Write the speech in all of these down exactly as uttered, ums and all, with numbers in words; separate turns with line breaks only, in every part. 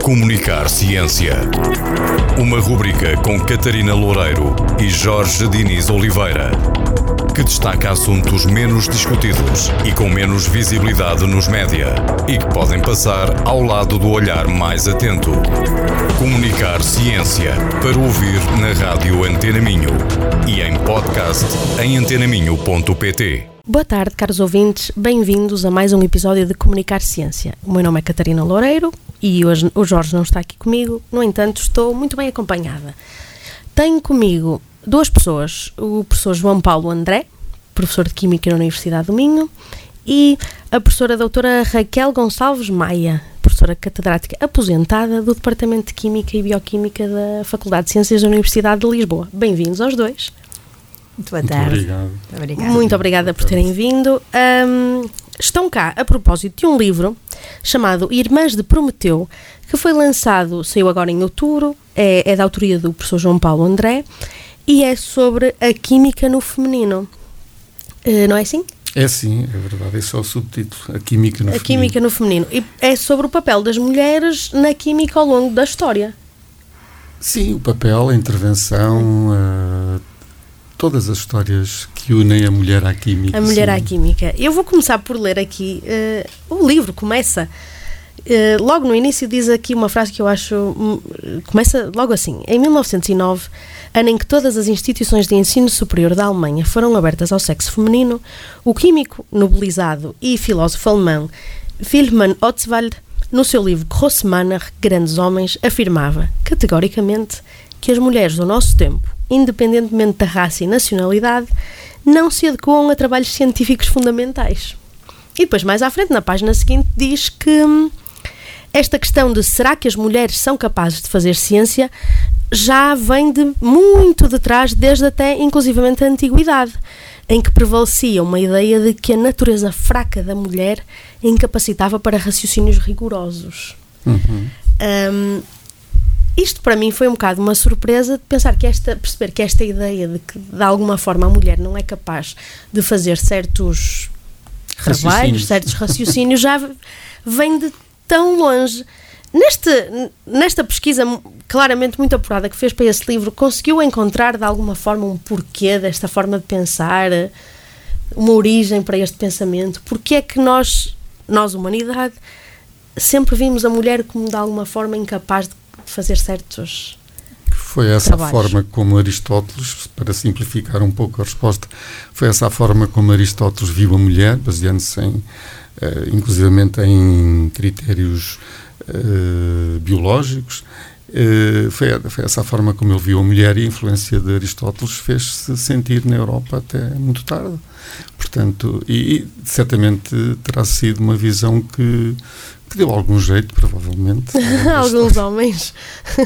Comunicar Ciência. Uma rubrica com Catarina Loureiro e Jorge Diniz Oliveira, que destaca assuntos menos discutidos e com menos visibilidade nos média e que podem passar ao lado do olhar mais atento. Comunicar Ciência, para ouvir na rádio Antena Minho e em podcast em antenaminho ponto pt.
Boa tarde, caros ouvintes, bem-vindos a mais um episódio de Comunicar Ciência. O meu nome é Catarina Loureiro e hoje o Jorge não está aqui comigo, no entanto estou muito bem acompanhada. Tenho comigo duas pessoas, o professor João Paulo André, professor de Química na Universidade do Minho, e a professora doutora Raquel Gonçalves Maia, professora catedrática aposentada do Departamento de Química e Bioquímica da Faculdade de Ciências da Universidade de Lisboa. Bem-vindos aos dois.
Muito boa tarde.
Muito obrigado.
Obrigada.
Muito obrigada por terem vindo. Um, estão cá a propósito de um livro chamado Irmãs de Prometeu, que foi lançado, saiu agora em outubro, é, é da autoria do professor João Paulo André e é sobre a química no feminino. Uh, não é assim?
É sim, é verdade, esse é o subtítulo, a química no
a
feminino. A
química no feminino. E é sobre o papel das mulheres na química ao longo da história.
Sim, o papel, a intervenção, uh, todas as histórias que unem a mulher à química.
A mulher
sim.
à química. Eu vou começar por ler aqui, uh, o livro começa, uh, logo no início diz aqui uma frase que eu acho, um, começa logo assim: em mil novecentos e nove, ano em que todas as instituições de ensino superior da Alemanha foram abertas ao sexo feminino, o químico nobilizado e filósofo alemão Wilhelm Ostwald, no seu livro Grosse Männer, Grandes Homens, afirmava categoricamente que as mulheres do nosso tempo, independentemente da raça e nacionalidade, não se adequam a trabalhos científicos fundamentais. E depois, mais à frente, na página seguinte, diz que hum, esta questão de será que as mulheres são capazes de fazer ciência já vem de muito de trás, desde até inclusivamente a antiguidade, em que prevalecia uma ideia de que a natureza fraca da mulher a incapacitava para raciocínios rigorosos.
Uhum.
Um, isto para mim foi um bocado uma surpresa de pensar que esta, perceber que esta ideia de que de alguma forma a mulher não é capaz de fazer certos trabalhos, certos raciocínios, já vem de tão longe. Neste, nesta pesquisa claramente muito apurada que fez para esse livro, conseguiu encontrar de alguma forma um porquê desta forma de pensar, uma origem para este pensamento? Porquê é que nós, nós humanidade, sempre vimos a mulher como de alguma forma incapaz de fazer certos
Foi essa
trabalhos?
a forma como Aristóteles, para simplificar um pouco a resposta, foi essa a forma como Aristóteles viu a mulher, baseando-se em, uh, inclusivamente em critérios uh, biológicos. Uh, foi, foi essa a forma como ele viu a mulher, e a influência de Aristóteles fez-se sentir na Europa até muito tarde. Portanto, e, e certamente terá sido uma visão que, que deu algum jeito, provavelmente.
Alguns homens.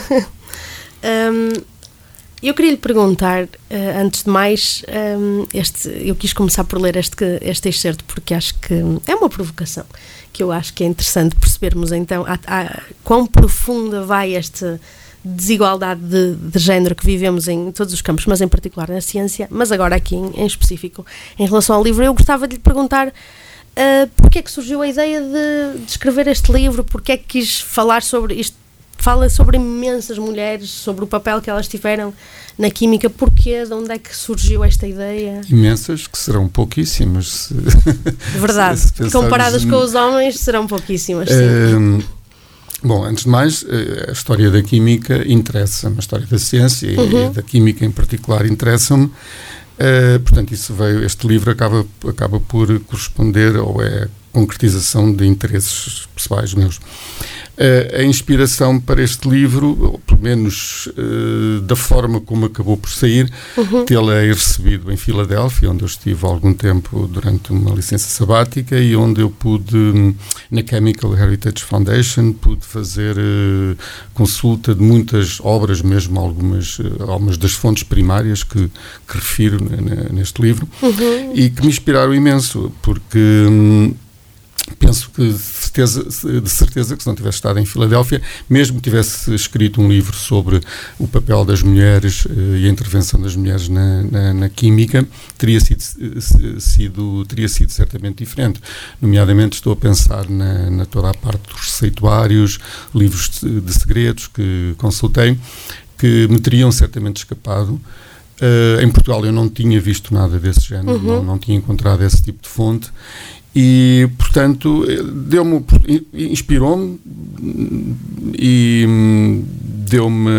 um, eu queria lhe perguntar, uh, antes de mais, um, este, eu quis começar por ler este, este excerto porque acho que é uma provocação, que eu acho que é interessante percebermos então a, a, quão profunda vai esta desigualdade de, de género que vivemos em todos os campos, mas em particular na ciência. Mas agora aqui em, em específico, em relação ao livro, eu gostava de lhe perguntar uh, porque é que surgiu a ideia de, de escrever este livro, porque é que quis falar sobre isto. Fala sobre imensas mulheres, sobre o papel que elas tiveram na química. Porquê? De onde é que surgiu esta ideia?
Imensas, que serão pouquíssimas. Se,
Verdade.
se, se
comparadas com os homens, serão pouquíssimas, sim.
Um, bom, antes de mais, a história da química interessa-me, a história da ciência uhum. e da química em particular interessa-me. Uh, portanto, isso veio, este livro acaba, acaba por corresponder, ou é a concretização de interesses pessoais meus. Uh, a inspiração para este livro, ou pelo menos uh, da forma como acabou por sair, uhum. tê-la recebido em Filadélfia, onde eu estive há algum tempo durante uma licença sabática e onde eu pude, na Chemical Heritage Foundation, pude fazer uh, consulta de muitas obras, mesmo algumas, uh, algumas das fontes primárias que, que refiro n- n- neste livro, uhum. e que me inspiraram imenso, porque... Um, penso que de certeza, de certeza que se não tivesse estado em Filadélfia, mesmo que tivesse escrito um livro sobre o papel das mulheres uh, e a intervenção das mulheres na, na, na química, teria sido, sido, teria sido certamente diferente. Nomeadamente estou a pensar na, na toda a parte dos receituários, livros de, de segredos que consultei, que me teriam certamente escapado. Uh, em Portugal eu não tinha visto nada desse género, uhum. não, não tinha encontrado esse tipo de fonte. E, portanto, deu-me, inspirou-me e deu-me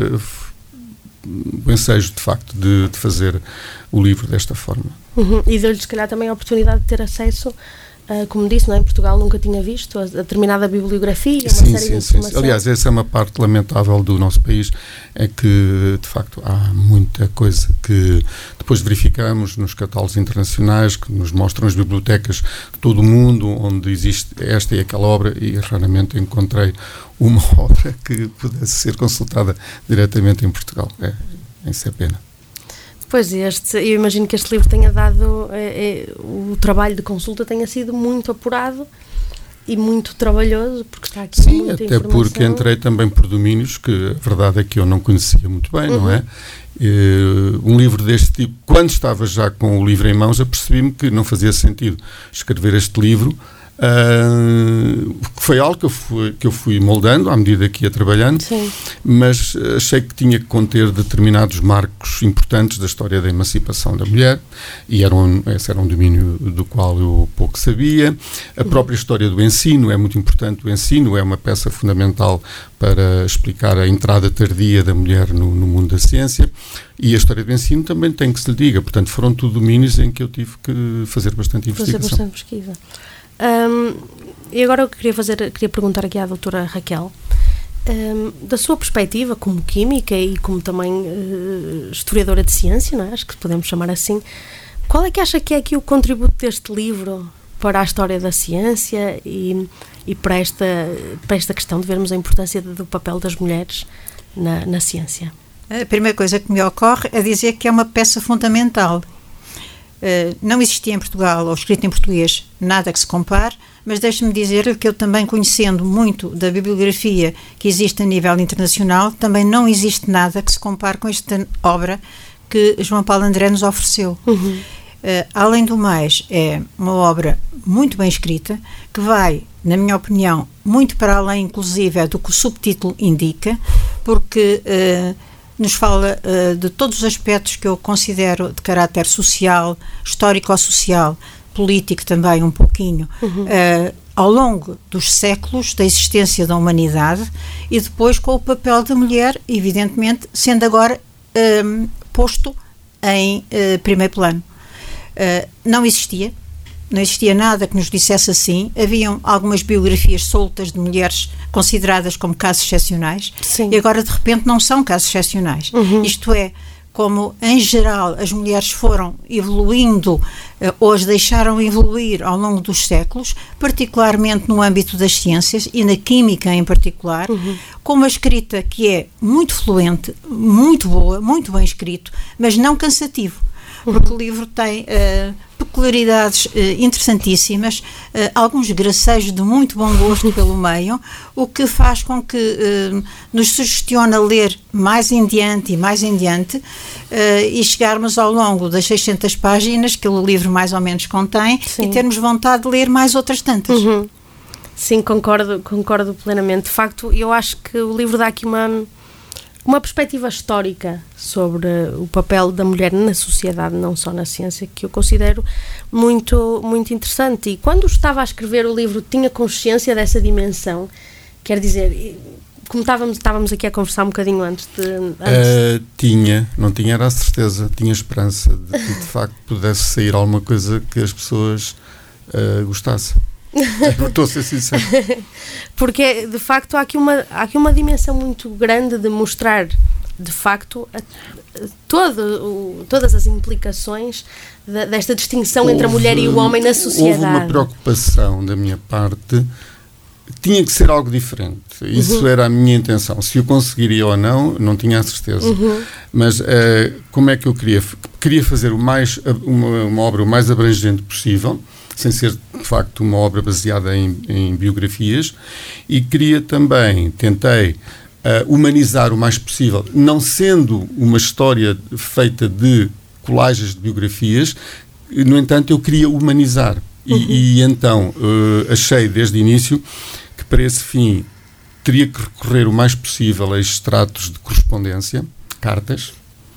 o ensejo, de facto, de, de fazer o livro desta forma.
Uhum. E deu-lhe, se calhar, também a oportunidade de ter acesso, uh, como disse, não é? Em Portugal nunca tinha visto a, a determinada bibliografia, uma
sim,
série
sim,
de informações.
Sim. Aliás, essa é uma parte lamentável do nosso país, é que, de facto, há muita coisa que depois verificamos nos catálogos internacionais, que nos mostram as bibliotecas de todo o mundo, onde existe esta e aquela obra, e raramente encontrei uma obra que pudesse ser consultada diretamente em Portugal. É, isso é pena.
Pois, este, eu imagino que este livro tenha dado, é, é, o trabalho de consulta tenha sido muito apurado e muito trabalhoso, porque está aqui
Sim,
muita
até
informação.
Porque entrei também por domínios que a verdade é que eu não conhecia muito bem, uhum. não é? Uh, um livro deste tipo, quando estava já com o livro em mãos, apercebi-me que não fazia sentido escrever este livro, uh, que foi algo que eu, fui, que eu fui moldando à medida que ia trabalhando,
Sim.
mas achei que tinha que conter determinados marcos importantes da história da emancipação da mulher, e era um, esse era um domínio do qual eu pouco sabia. A própria história do ensino é muito importante. O ensino é uma peça fundamental para explicar a entrada tardia da mulher no, no mundo da ciência, e a história do ensino também tem que se lhe diga. Portanto, foram tudo domínios em que eu tive que fazer bastante investigação.
Fazer bastante pesquisa. Um, e agora eu queria, fazer, queria perguntar aqui à doutora Raquel, um, da sua perspectiva como química e como também uh, historiadora de ciência, não é? Acho que podemos chamar assim, qual é que acha que é aqui o contributo deste livro para a história da ciência e, e para, esta, para esta questão de vermos a importância do papel das mulheres na, na ciência?
A primeira coisa que me ocorre é dizer que é uma peça fundamental. Uh, não existia em Portugal, ou escrito em português, nada que se compare, mas deixe-me dizer-lhe que eu também, conhecendo muito da bibliografia que existe a nível internacional, também não existe nada que se compare com esta obra que João Paulo André nos ofereceu. Uhum. Uh, além do mais, é uma obra muito bem escrita, que vai, na minha opinião, muito para além, inclusive, do que o subtítulo indica, porque uh, nos fala uh, de todos os aspectos que eu considero de caráter social, histórico-social, político também um pouquinho, uhum. uh, ao longo dos séculos da existência da humanidade, e depois com o papel da mulher, evidentemente, sendo agora uh, posto em uh, primeiro plano. Uh, não existia, não existia nada que nos dissesse assim. Haviam algumas biografias soltas de mulheres consideradas como casos excepcionais. Sim. E agora de repente não são casos excepcionais. Uhum. Isto é, como em geral as mulheres foram evoluindo, uh, ou as deixaram evoluir ao longo dos séculos, particularmente no âmbito das ciências e na química em particular, uhum. com uma escrita que é muito fluente, muito boa, muito bem escrito, mas não cansativo. Porque uhum. o livro tem uh, peculiaridades uh, interessantíssimas, uh, alguns gracejos de muito bom gosto pelo meio, o que faz com que uh, nos sugestiona ler mais em diante e mais em diante, uh, e chegarmos ao longo das seiscentas páginas que o livro mais ou menos contém, Sim. e termos vontade de ler mais outras tantas.
Uhum. Sim, concordo, concordo plenamente. De facto, eu acho que o livro dá aqui uma... uma perspectiva histórica sobre o papel da mulher na sociedade, não só na ciência, que eu considero muito, muito interessante. E quando estava a escrever o livro, tinha consciência dessa dimensão? Quer dizer, como estávamos, estávamos aqui a conversar um bocadinho antes de... Antes...
Uh, tinha, não tinha era a certeza, tinha esperança de que de facto pudesse sair alguma coisa que as pessoas uh, gostassem. Estou a ser sincero.
Porque de facto há aqui, uma, há aqui uma dimensão muito grande de mostrar de facto a, a todo, o, todas as implicações de, desta distinção houve, entre a mulher e o homem na sociedade.
Houve uma preocupação da minha parte, tinha que ser algo diferente. Isso uhum. era a minha intenção. Se eu conseguiria ou não, não tinha a certeza. Uhum. Mas uh, como é que eu queria? Queria fazer o mais, uma, uma obra o mais abrangente possível, sem ser, de facto, uma obra baseada em, em biografias, e queria também, tentei uh, humanizar o mais possível, não sendo uma história feita de colagens de biografias, no entanto, eu queria humanizar. E, uhum. e então, uh, achei desde o início que para esse fim teria que recorrer o mais possível a extratos de correspondência, cartas,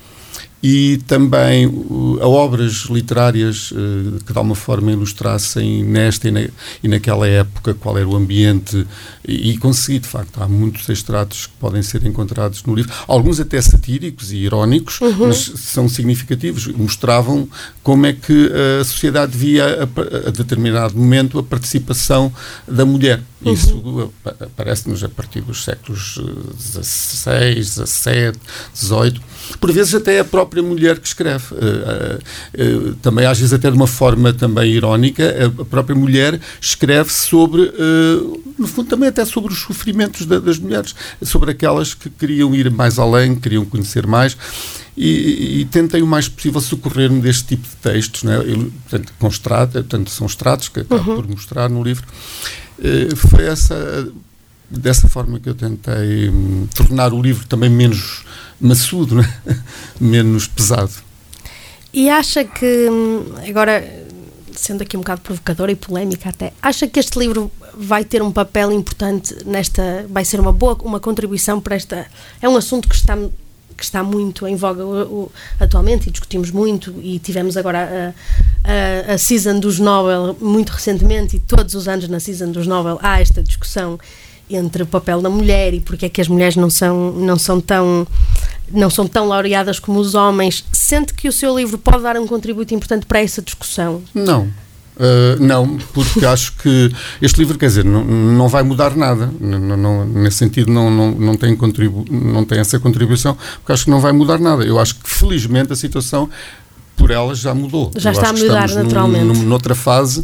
e também uh, a obras literárias uh, que de alguma forma ilustrassem nesta e, na, e naquela época qual era o ambiente, e, e consegui, de facto, há muitos extratos que podem ser encontrados no livro, alguns até satíricos e irónicos, uhum. mas são significativos, mostravam como é que a sociedade via a, a determinado momento a participação da mulher. Uhum. Isso aparece-nos a partir dos séculos dezasseis, dezassete, dezoito, por vezes até a própria mulher que escreve, uh, uh, uh, também às vezes até de uma forma também irónica, a própria mulher escreve sobre, uh, no fundo também até sobre os sofrimentos da, das mulheres, sobre aquelas que queriam ir mais além, queriam conhecer mais, e, e tentei o mais possível socorrer-me deste tipo de textos, não é? Eu, portanto, com extrato, portanto, são extratos que acabo uhum. por mostrar no livro. Uh, foi essa, dessa forma que eu tentei um, tornar o livro também menos maçudo, não é? Menos pesado.
E acha que, agora, sendo aqui um bocado provocadora e polémica até, acha que este livro vai ter um papel importante nesta, vai ser uma boa, uma contribuição para esta, é um assunto que está, que está muito em voga o, o, atualmente, e discutimos muito, e tivemos agora a, a, a season dos Nobel muito recentemente, e todos os anos na season dos Nobel há esta discussão entre o papel da mulher e porque é que as mulheres não são, não são tão não são tão laureadas como os homens. Sente que o seu livro pode dar um contributo importante para essa discussão?
Não. Uh, não, porque acho que este livro, quer dizer, não, não vai mudar nada, não, não, nesse sentido não, não, não, tem contribu- não tem essa contribuição, porque acho que não vai mudar nada. Eu acho que felizmente a situação por elas já mudou.
Já
Eu
está a mudar
num,
naturalmente.
Num, noutra fase,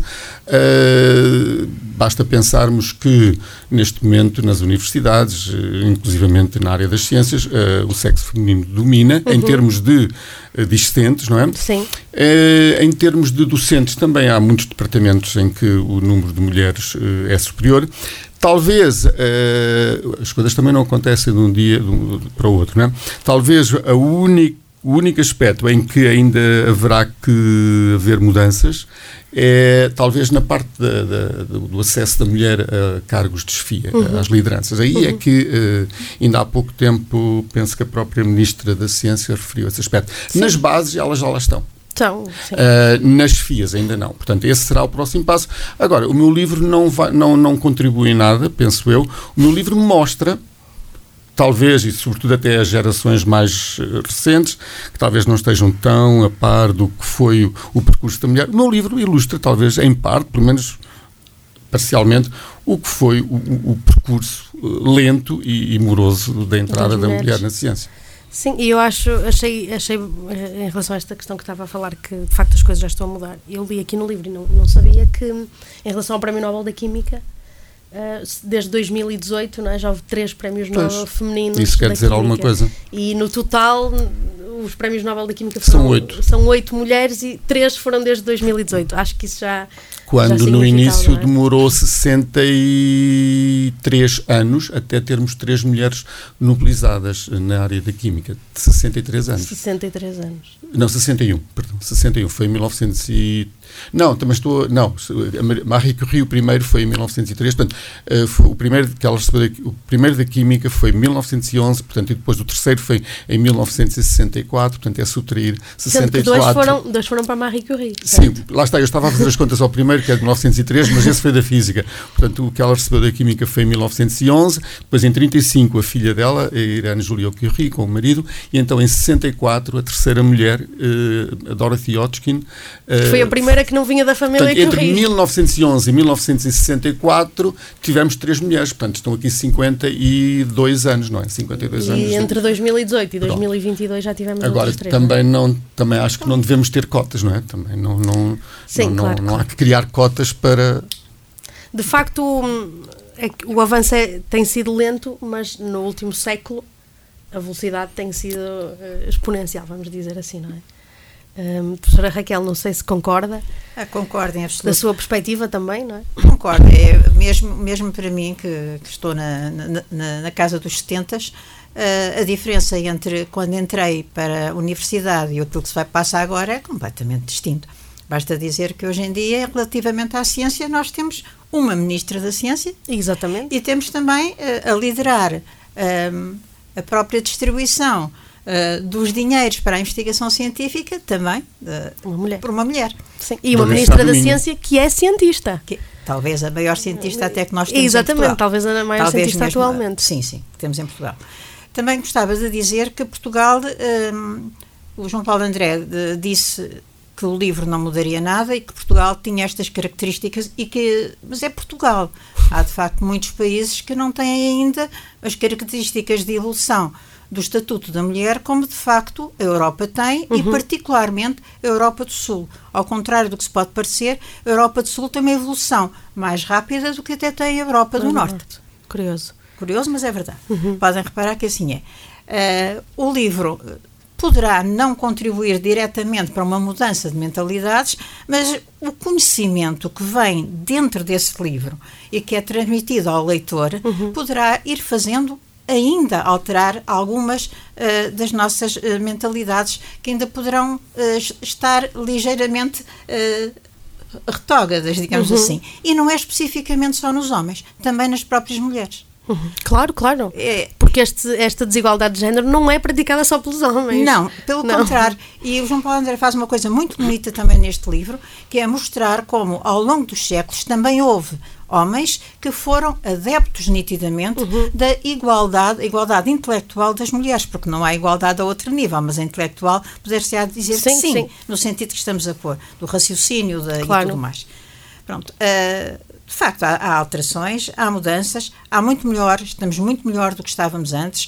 uh, basta pensarmos que neste momento nas universidades, uh, inclusivamente na área das ciências, uh, o sexo feminino domina, uhum. em termos de uh, discentes, não é?
Sim.
Uh, em termos de docentes também há muitos departamentos em que o número de mulheres uh, é superior. Talvez, uh, as coisas também não acontecem de um dia de um, para o outro, não é? Talvez a única O único aspecto em que ainda haverá que haver mudanças é talvez na parte da, da, do acesso da mulher a cargos de chefia, uhum. às lideranças. Aí uhum. é que uh, ainda há pouco tempo penso que a própria Ministra da Ciência referiu esse aspecto. Sim. Nas bases elas já lá estão.
Então,
uh, nas chefias ainda não. Portanto, esse será o próximo passo. Agora, o meu livro não, vai, não, não contribui em nada, penso eu. O meu livro mostra, talvez, e sobretudo até as gerações mais uh, recentes, que talvez não estejam tão a par do que foi o, o percurso da mulher. O meu livro ilustra, talvez, em parte, pelo menos parcialmente, o que foi o, o, o percurso uh, lento e, e moroso da entrada da mulher na ciência.
Sim, e eu acho, achei, achei, em relação a esta questão que estava a falar, que de facto as coisas já estão a mudar. Eu li aqui no livro e não, não sabia que, em relação ao Prémio Nobel da Química, Uh, desde dois mil e dezoito, não é? Já houve três prémios pois, Nobel femininos.
Isso quer dizer química. Alguma coisa.
E no total, os prémios Nobel da Química foram,
são oito.
São oito mulheres e três foram desde dois mil e dezoito. Acho que isso já.
Quando
já
no início é? demorou sessenta e três anos até termos três mulheres nobelizadas na área da química. De sessenta e três anos.
sessenta e três anos.
Não, sessenta e um, perdão. sessenta e um, foi em mil novecentos e... Não, também estou... Não, Marie Curie, o primeiro foi em mil novecentos e três, portanto, uh, foi o primeiro que ela recebeu, o primeiro da química foi em mil novecentos e onze, portanto, e depois o terceiro foi em mil novecentos e sessenta e quatro, portanto, é subtrair sessenta e quatro.
Dois foram, dois foram para Marie Curie.
Sim, certo? Lá está, eu estava a fazer as contas ao primeiro, que é de mil novecentos e três, mas esse foi da física. Portanto, o que ela recebeu da química foi em mil novecentos e onze, depois em trinta e cinco a filha dela, a Irene Julia Curie, com o marido, e então em sessenta e quatro a terceira mulher, uh, a Dorothy Hodgkin.
Uh, foi a primeira que não vinha da família
portanto,
Curie.
Entre mil novecentos e onze e mil novecentos e sessenta e quatro tivemos três mulheres, portanto estão aqui cinquenta e dois anos, não é? cinquenta e dois
e
anos.
E entre dois mil e dezoito e dois mil e vinte e dois já tivemos
agora
três,
também
não,
não também acho que não devemos ter cotas, não é? Também não não
Sim,
não,
claro,
não, não
claro.
há que criar cotas para.
De facto, é que o avanço é, tem sido lento, mas no último século a velocidade tem sido uh, exponencial, vamos dizer assim, não é? Um, professora Raquel, não sei se concorda.
Ah, concordo, em absoluto.
Da sua perspectiva também, não é?
Concordo. É, mesmo, mesmo para mim, que, que estou na, na, na casa dos setenta, uh, a diferença entre quando entrei para a universidade e aquilo que se vai passar agora é completamente distinto. Basta dizer que hoje em dia, relativamente à ciência, nós temos uma ministra da ciência.
Exatamente.
E temos também uh, a liderar uh, a própria distribuição Uh, dos dinheiros para a investigação científica, também uh,
uma mulher.
por uma mulher.
Sim. E uma ministra da ciência que é cientista. Que,
talvez a maior cientista até que nós temos
Exatamente,
em Portugal.
talvez a maior talvez cientista mesmo, atualmente.
Sim, sim, que temos em Portugal. Também gostava de dizer que Portugal, um, o João Paulo André de, disse que o livro não mudaria nada e que Portugal tinha estas características, e que, mas é Portugal. Há, de facto, muitos países que não têm ainda as características de evolução do Estatuto da Mulher, como de facto a Europa tem, uhum. e particularmente a Europa do Sul. Ao contrário do que se pode parecer, a Europa do Sul tem uma evolução mais rápida do que até tem a Europa do uhum. Norte.
Curioso.
Curioso, mas é verdade. Uhum. Podem reparar que assim é. Uh, o livro poderá não contribuir diretamente para uma mudança de mentalidades, mas o conhecimento que vem dentro desse livro e que é transmitido ao leitor, uhum. poderá ir fazendo ainda alterar algumas uh, das nossas uh, mentalidades que ainda poderão uh, estar ligeiramente uh, retógadas, digamos uhum. assim. E não é especificamente só nos homens, também nas próprias mulheres.
Uhum. Claro, claro. É, porque este, esta desigualdade de género não é praticada só pelos homens.
Não, pelo não. contrário. E o João Paulo André faz uma coisa muito bonita também neste livro, que é mostrar como, ao longo dos séculos, também houve homens que foram adeptos nitidamente uhum. da igualdade, igualdade intelectual das mulheres, porque não há igualdade a outro nível, mas a intelectual poder-se-á dizer sim, que sim, sim, no sentido que estamos a pôr, do raciocínio da, claro. e tudo mais. Pronto, uh, de facto há, há alterações, há mudanças, há muito melhor, estamos muito melhor do que estávamos antes.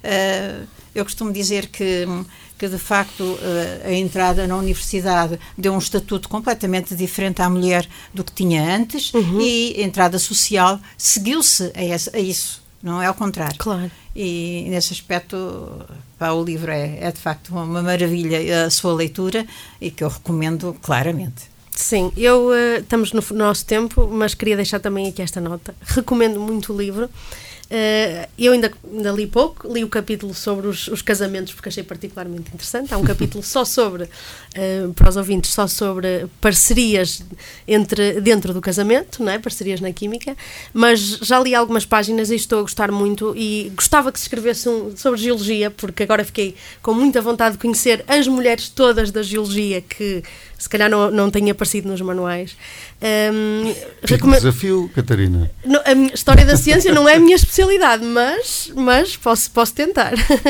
Uh, eu costumo dizer que que de facto a entrada na universidade deu um estatuto completamente diferente à mulher do que tinha antes, uhum. e a entrada social seguiu-se a, esse, a isso, não é ao contrário.
Claro.
E nesse aspecto, pá, o livro é, é de facto uma maravilha, a sua leitura, e que eu recomendo claramente.
Sim, eu uh, estamos no nosso tempo, mas queria deixar também aqui esta nota. Recomendo muito o livro. Uh, eu ainda, ainda li pouco, li o capítulo sobre os, os casamentos, porque achei particularmente interessante. Há um capítulo só sobre, uh, para os ouvintes, só sobre parcerias entre, dentro do casamento, não é? Parcerias na química, mas já li algumas páginas e estou a gostar muito, e gostava que se escrevesse um sobre geologia, porque agora fiquei com muita vontade de conhecer as mulheres todas da geologia que se calhar não, não tenha aparecido nos manuais. Um,
recome... desafio, Catarina.
No, a minha, história da ciência não é a minha especialidade, mas, mas posso, posso tentar.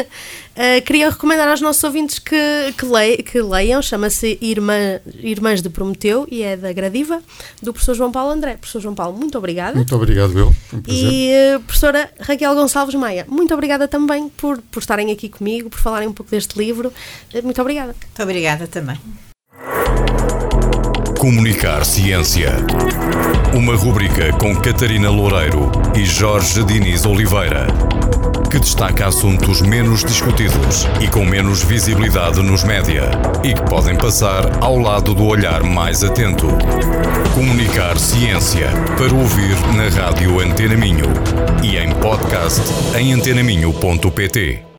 Uh, queria recomendar aos nossos ouvintes que, que, le, que leiam, chama-se Irmã, Irmãs de Prometeu, e é da Gradiva, do professor João Paulo André. Professor João Paulo, muito obrigada.
Muito obrigado, Bill. Um prazer.
E uh, professora Raquel Gonçalves Maia, muito obrigada também por, por estarem aqui comigo, por falarem um pouco deste livro. Uh, muito obrigada.
Muito obrigada também.
Comunicar Ciência. Uma rubrica com Catarina Loureiro e Jorge Diniz Oliveira, que destaca assuntos menos discutidos e com menos visibilidade nos média, e que podem passar ao lado do olhar mais atento. Comunicar Ciência, para ouvir na rádio Antena Minho e em podcast em antena minho ponto pt.